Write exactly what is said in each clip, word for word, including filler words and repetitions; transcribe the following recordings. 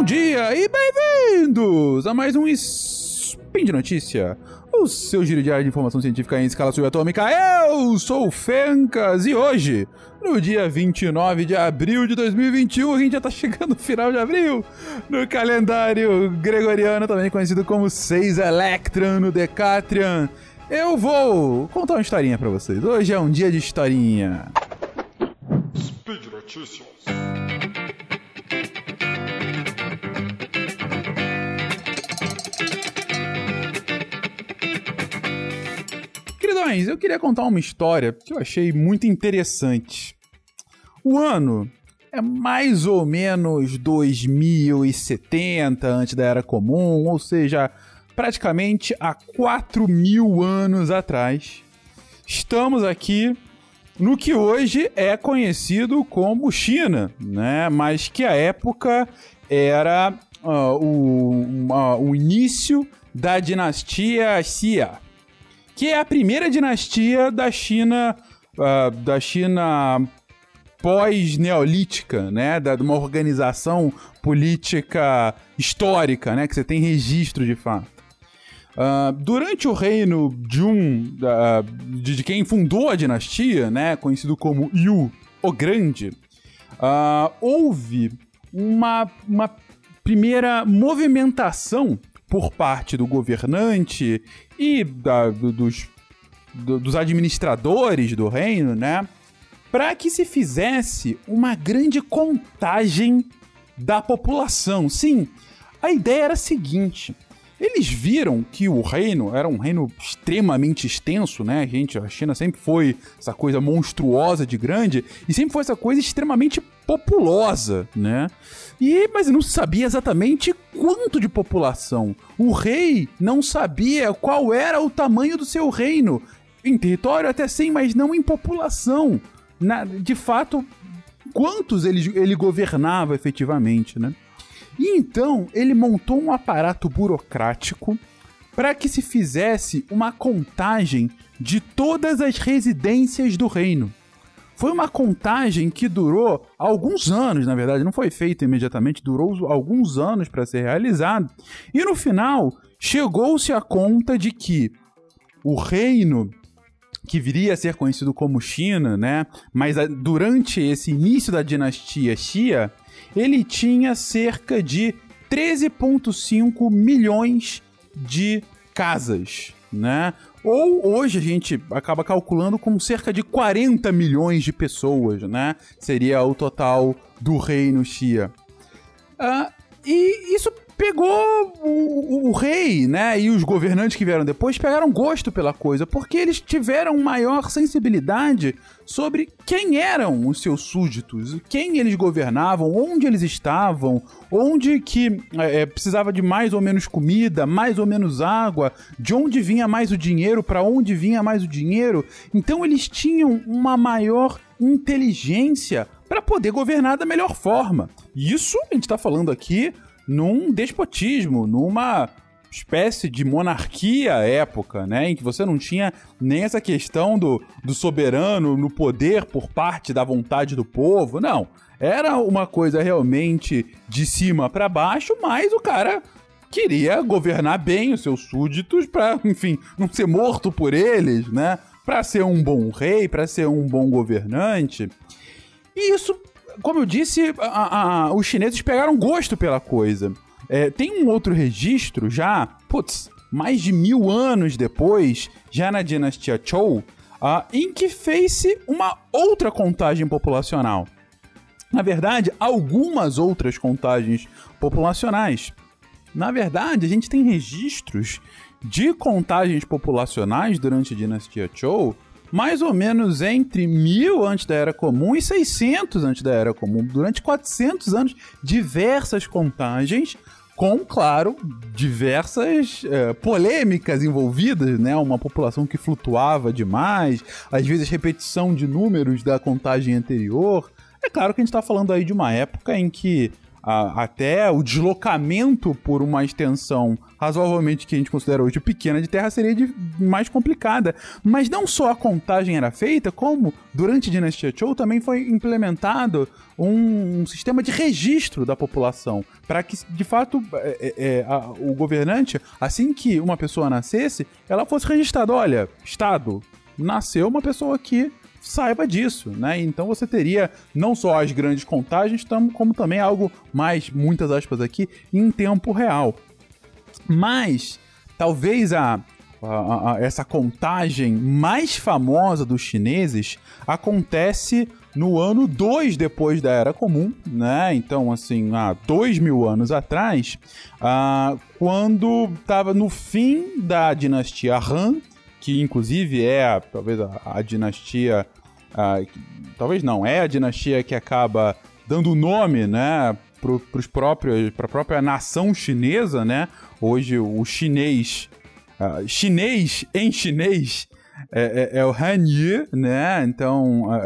dia e bem-vindos a mais um Spin de Notícia, o seu giro diário de informação científica em escala subatômica. Eu sou o Fencas e hoje, no dia vinte e nove de abril de dois mil e vinte e um, a gente já tá chegando no final de abril, no calendário gregoriano, também conhecido como seis Electran no Decatrian, eu vou contar uma historinha pra vocês. Hoje é um dia de historinha. Speed Notícias. Queridões, eu queria contar uma história que eu achei muito interessante. O ano é mais ou menos dois mil e setenta, antes da Era Comum, ou seja, praticamente há quatro mil anos atrás. Estamos aqui no que hoje é conhecido como China, né? Mas que à época era uh, o, uh, o início da dinastia Xia, que é a primeira dinastia da China, uh, da China pós-neolítica, né? Da, de uma organização política histórica, né? Que você tem registro de fato. Uh, durante o reino de um uh, de, de quem fundou a dinastia, né, conhecido como Yu o Grande, uh, houve uma, uma primeira movimentação por parte do governante e da, do, dos, do, dos administradores do reino, né, para que se fizesse uma grande contagem da população. Sim, a ideia era a seguinte: eles viram que o reino era um reino extremamente extenso, né, gente? A China sempre foi essa coisa monstruosa de grande e sempre foi essa coisa extremamente populosa, né? E, mas não se sabia exatamente quanto de população. O rei não sabia qual era o tamanho do seu reino. Em território até sim, mas não em população. Na, de fato, quantos ele, ele governava efetivamente, né? E então ele montou um aparato burocrático para que se fizesse uma contagem de todas as residências do reino. Foi uma contagem que durou alguns anos, na verdade, não foi feita imediatamente, durou alguns anos para ser realizado. E no final, chegou-se à conta de que o reino, que viria a ser conhecido como China, né? Mas durante esse início da dinastia Xia, ele tinha cerca de treze vírgula cinco milhões de casas, né? Ou hoje a gente acaba calculando com cerca de quarenta milhões de pessoas, né? Seria o total do reino Xia. Uh, e isso pegou o, o, o rei, né? E os governantes que vieram depois pegaram gosto pela coisa, porque eles tiveram maior sensibilidade sobre quem eram os seus súditos, quem eles governavam, onde eles estavam, onde que é, precisava de mais ou menos comida, mais ou menos água, de onde vinha mais o dinheiro, para onde vinha mais o dinheiro. Então eles tinham uma maior inteligência para poder governar da melhor forma. Isso a gente está falando aqui num despotismo, numa espécie de monarquia à época, né, em que você não tinha nem essa questão do, do soberano no poder por parte da vontade do povo, não. Era uma coisa realmente de cima para baixo, mas o cara queria governar bem os seus súditos para, enfim, não ser morto por eles, né, para ser um bom rei, para ser um bom governante. E isso, como eu disse, a, a, os chineses pegaram gosto pela coisa. É, tem um outro registro já, putz, mais de mil anos depois, já na dinastia Zhou, uh, em que fez-se uma outra contagem populacional. Na verdade, algumas outras contagens populacionais. Na verdade, a gente tem registros de contagens populacionais durante a dinastia Zhou, mais ou menos entre mil antes da Era Comum e seiscentos antes da Era Comum. Durante quatrocentos anos, diversas contagens, com, claro, diversas é, polêmicas envolvidas, né? Uma população que flutuava demais, às vezes repetição de números da contagem anterior. É claro que a gente está falando aí de uma época em que a, até o deslocamento por uma extensão razoavelmente que a gente considera hoje pequena de terra seria de, mais complicada. Mas não só a contagem era feita, como durante a dinastia Zhou também foi implementado um, um sistema de registro da população, para que, de fato, é, é, a, o governante, assim que uma pessoa nascesse, ela fosse registrada. Olha, Estado, nasceu uma pessoa que saiba disso, né? Então você teria não só as grandes contagens, como também algo mais, muitas aspas aqui, em tempo real. Mas talvez a, a, a essa contagem mais famosa dos chineses acontece no ano dois depois da Era Comum, né? Então, assim, há dois mil anos atrás, ah, quando estava no fim da dinastia Han, que inclusive é, a, talvez, a, a dinastia... A, talvez não, é a dinastia que acaba dando nome, né, pro, pros próprios, para a própria nação chinesa, né? Hoje o chinês, uh, chinês em chinês é, é, é o Hanyu, né? Então uh,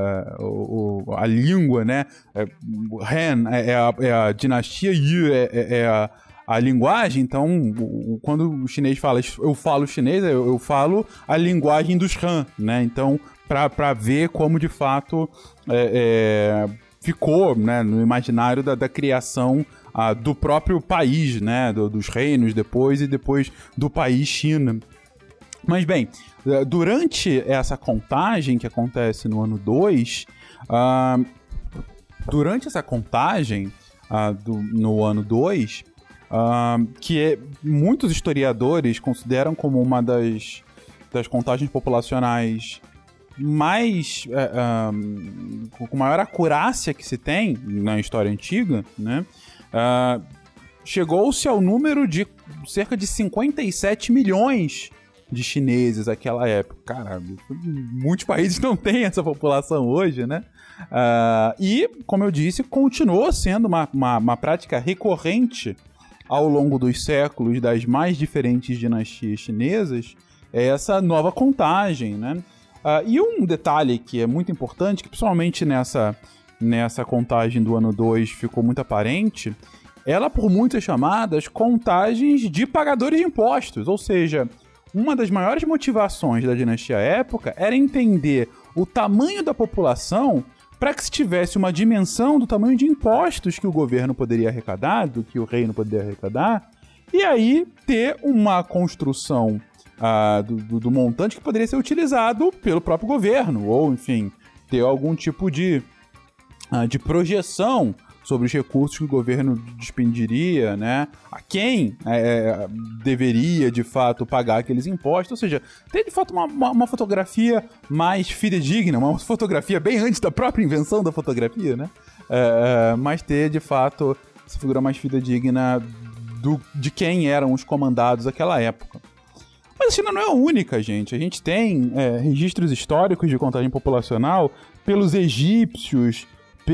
uh, uh, a língua, né? É, Han é a, é a dinastia, Yu é, é, é a a linguagem. Então, o, o, quando o chinês fala, eu falo chinês, eu, eu falo a linguagem dos Han, né? Então, para ver como, de fato, é, é, ficou, né, no imaginário da, da criação ah, do próprio país, né? Do, dos reinos depois e depois do país China. Mas, bem, durante essa contagem que acontece no ano dois, ah, durante essa contagem ah, do, no ano dois... Uh, que é, muitos historiadores consideram como uma das, das contagens populacionais mais uh, um, com maior acurácia que se tem na história antiga, né? Uh, chegou-se ao número de cerca de cinquenta e sete milhões de chineses naquela época. Caramba, muitos países não têm essa população hoje, né? Uh, e, como eu disse, continuou sendo uma, uma, uma prática recorrente ao longo dos séculos das mais diferentes dinastias chinesas, é essa nova contagem, né? Uh, e um detalhe que é muito importante, que principalmente nessa, nessa contagem do ano dois ficou muito aparente, ela por muitas chamadas contagens de pagadores de impostos, ou seja, uma das maiores motivações da dinastia à época era entender o tamanho da população para que se tivesse uma dimensão do tamanho de impostos que o governo poderia arrecadar, do que o reino poderia arrecadar, e aí ter uma construção uh, do, do, do montante que poderia ser utilizado pelo próprio governo, ou, enfim, ter algum tipo de, uh, de projeção sobre os recursos que o governo despendiria, né? A quem é, deveria, de fato, pagar aqueles impostos. Ou seja, ter, de fato, uma, uma, uma fotografia mais fidedigna, uma fotografia bem antes da própria invenção da fotografia, né? É, mas ter, de fato, essa figura mais fidedigna do, de quem eram os comandados naquela época. Mas a China não é a única, gente. A gente tem é, registros históricos de contagem populacional pelos egípcios,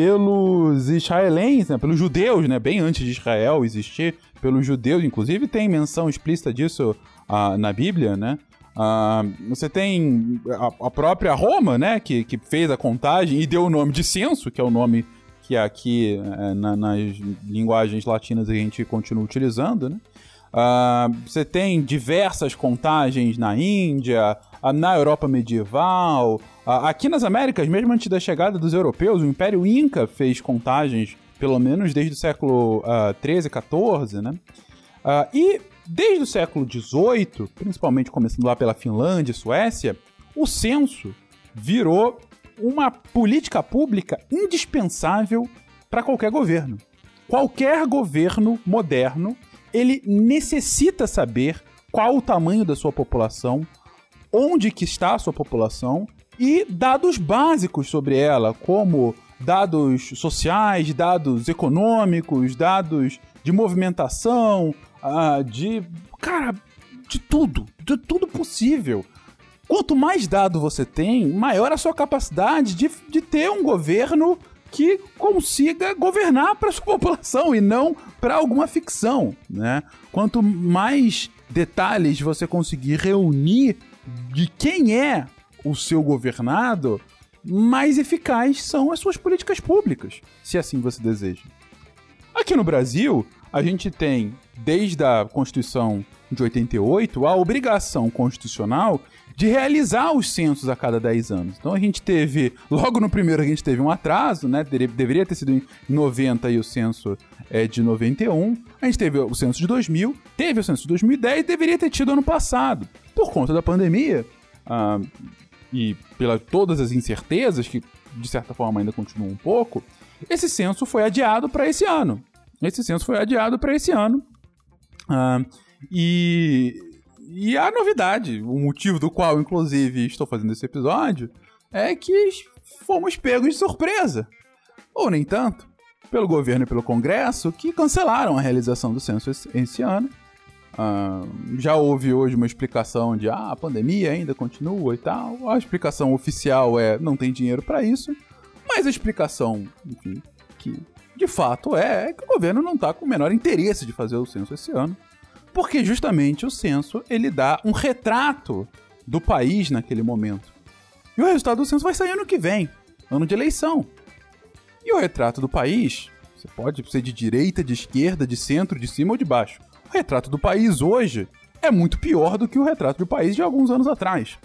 pelos israelenses, né, pelos judeus, né, bem antes de Israel existir, pelos judeus, inclusive tem menção explícita disso uh, na Bíblia, né? Uh, você tem a, a própria Roma, né, que, que fez a contagem e deu o nome de censo, que é o nome que aqui é, na, nas linguagens latinas a gente continua utilizando, né? Uh, você tem diversas contagens na Índia, uh, na Europa medieval, uh, aqui nas Américas, mesmo antes da chegada dos europeus, o Império Inca fez contagens, pelo menos desde o século uh, treze, quatorze, né? Uh, e desde o século dezoito, principalmente começando lá pela Finlândia e Suécia, o censo virou uma política pública indispensável para qualquer governo. Qualquer governo moderno, ele necessita saber qual o tamanho da sua população, onde que está a sua população e dados básicos sobre ela, como dados sociais, dados econômicos, dados de movimentação, uh, de... cara, de tudo, de tudo possível. Quanto mais dado você tem, maior a sua capacidade de, de ter um governo que consiga governar para sua população e não para alguma ficção, né? Quanto mais detalhes você conseguir reunir de quem é o seu governado, mais eficazes são as suas políticas públicas, se assim você deseja. Aqui no Brasil, a gente tem desde a Constituição de oitenta e oito, a obrigação constitucional de realizar os censos a cada dez anos. Então a gente teve, logo no primeiro a gente teve um atraso, né? Deveria ter sido em noventa e o censo é de noventa e um. A gente teve o censo de dois mil, teve o censo de dois mil e dez, deveria ter tido ano passado. Por conta da pandemia ah, e pela todas as incertezas, que de certa forma ainda continuam um pouco, esse censo foi adiado para esse ano. Esse censo foi adiado para esse ano. Ah, e, e a novidade, o motivo do qual, inclusive, estou fazendo esse episódio, é que fomos pegos de surpresa. Ou nem tanto. Pelo governo e pelo Congresso, que cancelaram a realização do censo esse, esse ano. Uh, já houve hoje uma explicação de ah, a pandemia ainda continua e tal. A explicação oficial é não tem dinheiro para isso. Mas a explicação, enfim, que de fato é, é que o governo não está com o menor interesse de fazer o censo esse ano. Porque justamente o censo ele dá um retrato do país naquele momento. E o resultado do censo vai sair ano que vem, ano de eleição. E o retrato do país, você pode ser de direita, de esquerda, de centro, de cima ou de baixo. O retrato do país hoje é muito pior do que o retrato do país de alguns anos atrás.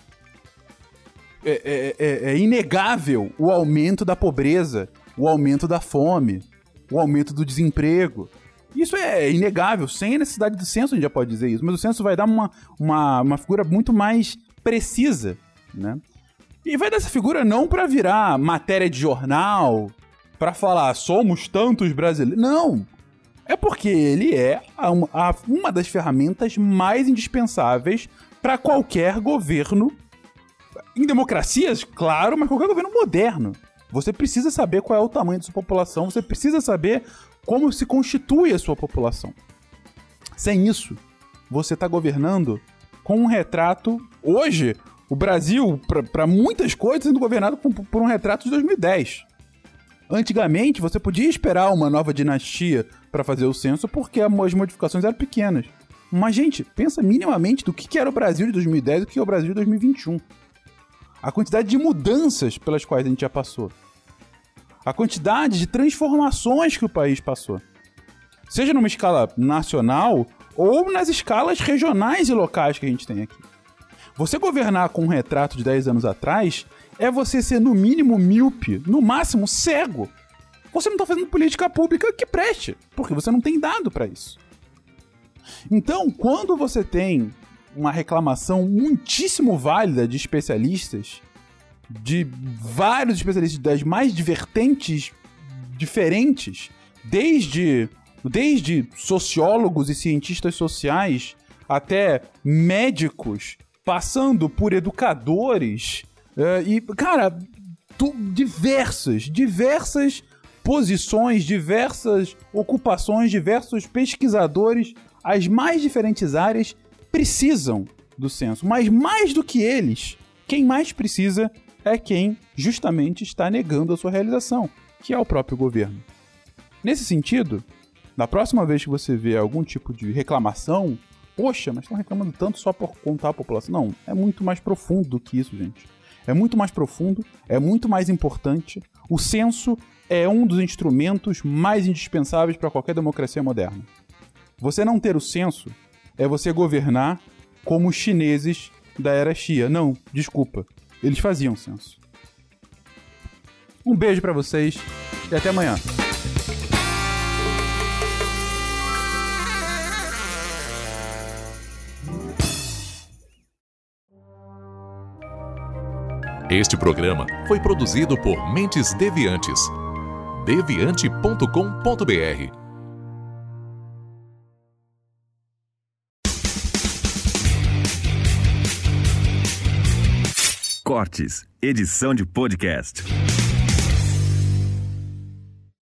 É, é, é, é inegável o aumento da pobreza, o aumento da fome, o aumento do desemprego. Isso é inegável, sem a necessidade do censo a gente já pode dizer isso, mas o censo vai dar uma, uma, uma figura muito mais precisa, né? E vai dar essa figura não para virar matéria de jornal, para falar, somos tantos brasileiros. Não! É porque ele é a, a, uma das ferramentas mais indispensáveis para qualquer governo, em democracias, claro, mas qualquer governo moderno. Você precisa saber qual é o tamanho da sua população, você precisa saber como se constitui a sua população. Sem isso, você está governando com um retrato... Hoje, o Brasil, para muitas coisas, sendo governado por, por um retrato de dois mil e dez. Antigamente, você podia esperar uma nova dinastia para fazer o censo porque as modificações eram pequenas. Mas, gente, pensa minimamente do que era o Brasil de dois mil e dez e o que é o Brasil de dois mil e vinte e um. A quantidade de mudanças pelas quais a gente já passou. A quantidade de transformações que o país passou. Seja numa escala nacional ou nas escalas regionais e locais que a gente tem aqui. Você governar com um retrato de dez anos atrás é você ser, no mínimo, míope, no máximo, cego. Você não está fazendo política pública que preste, porque você não tem dado para isso. Então, quando você tem uma reclamação muitíssimo válida de especialistas, de vários especialistas das mais divertentes, diferentes, desde, desde sociólogos e cientistas sociais até médicos, passando por educadores, uh, e, cara, tu, diversas, diversas posições, diversas ocupações, diversos pesquisadores, as mais diferentes áreas precisam do censo. Mas mais do que eles, quem mais precisa é quem justamente está negando a sua realização, que é o próprio governo. Nesse sentido, na próxima vez que você vê algum tipo de reclamação, poxa, mas estão reclamando tanto só por contar a população. Não, é muito mais profundo do que isso, gente. É muito mais profundo, é muito mais importante. O censo é um dos instrumentos mais indispensáveis para qualquer democracia moderna. Você não ter o censo é você governar como os chineses da era Xia. Não, desculpa. Eles faziam censo. Um beijo pra vocês e até amanhã. Este programa foi produzido por Mentes Deviantes. deviante ponto com ponto b r. Cortes, edição de podcast.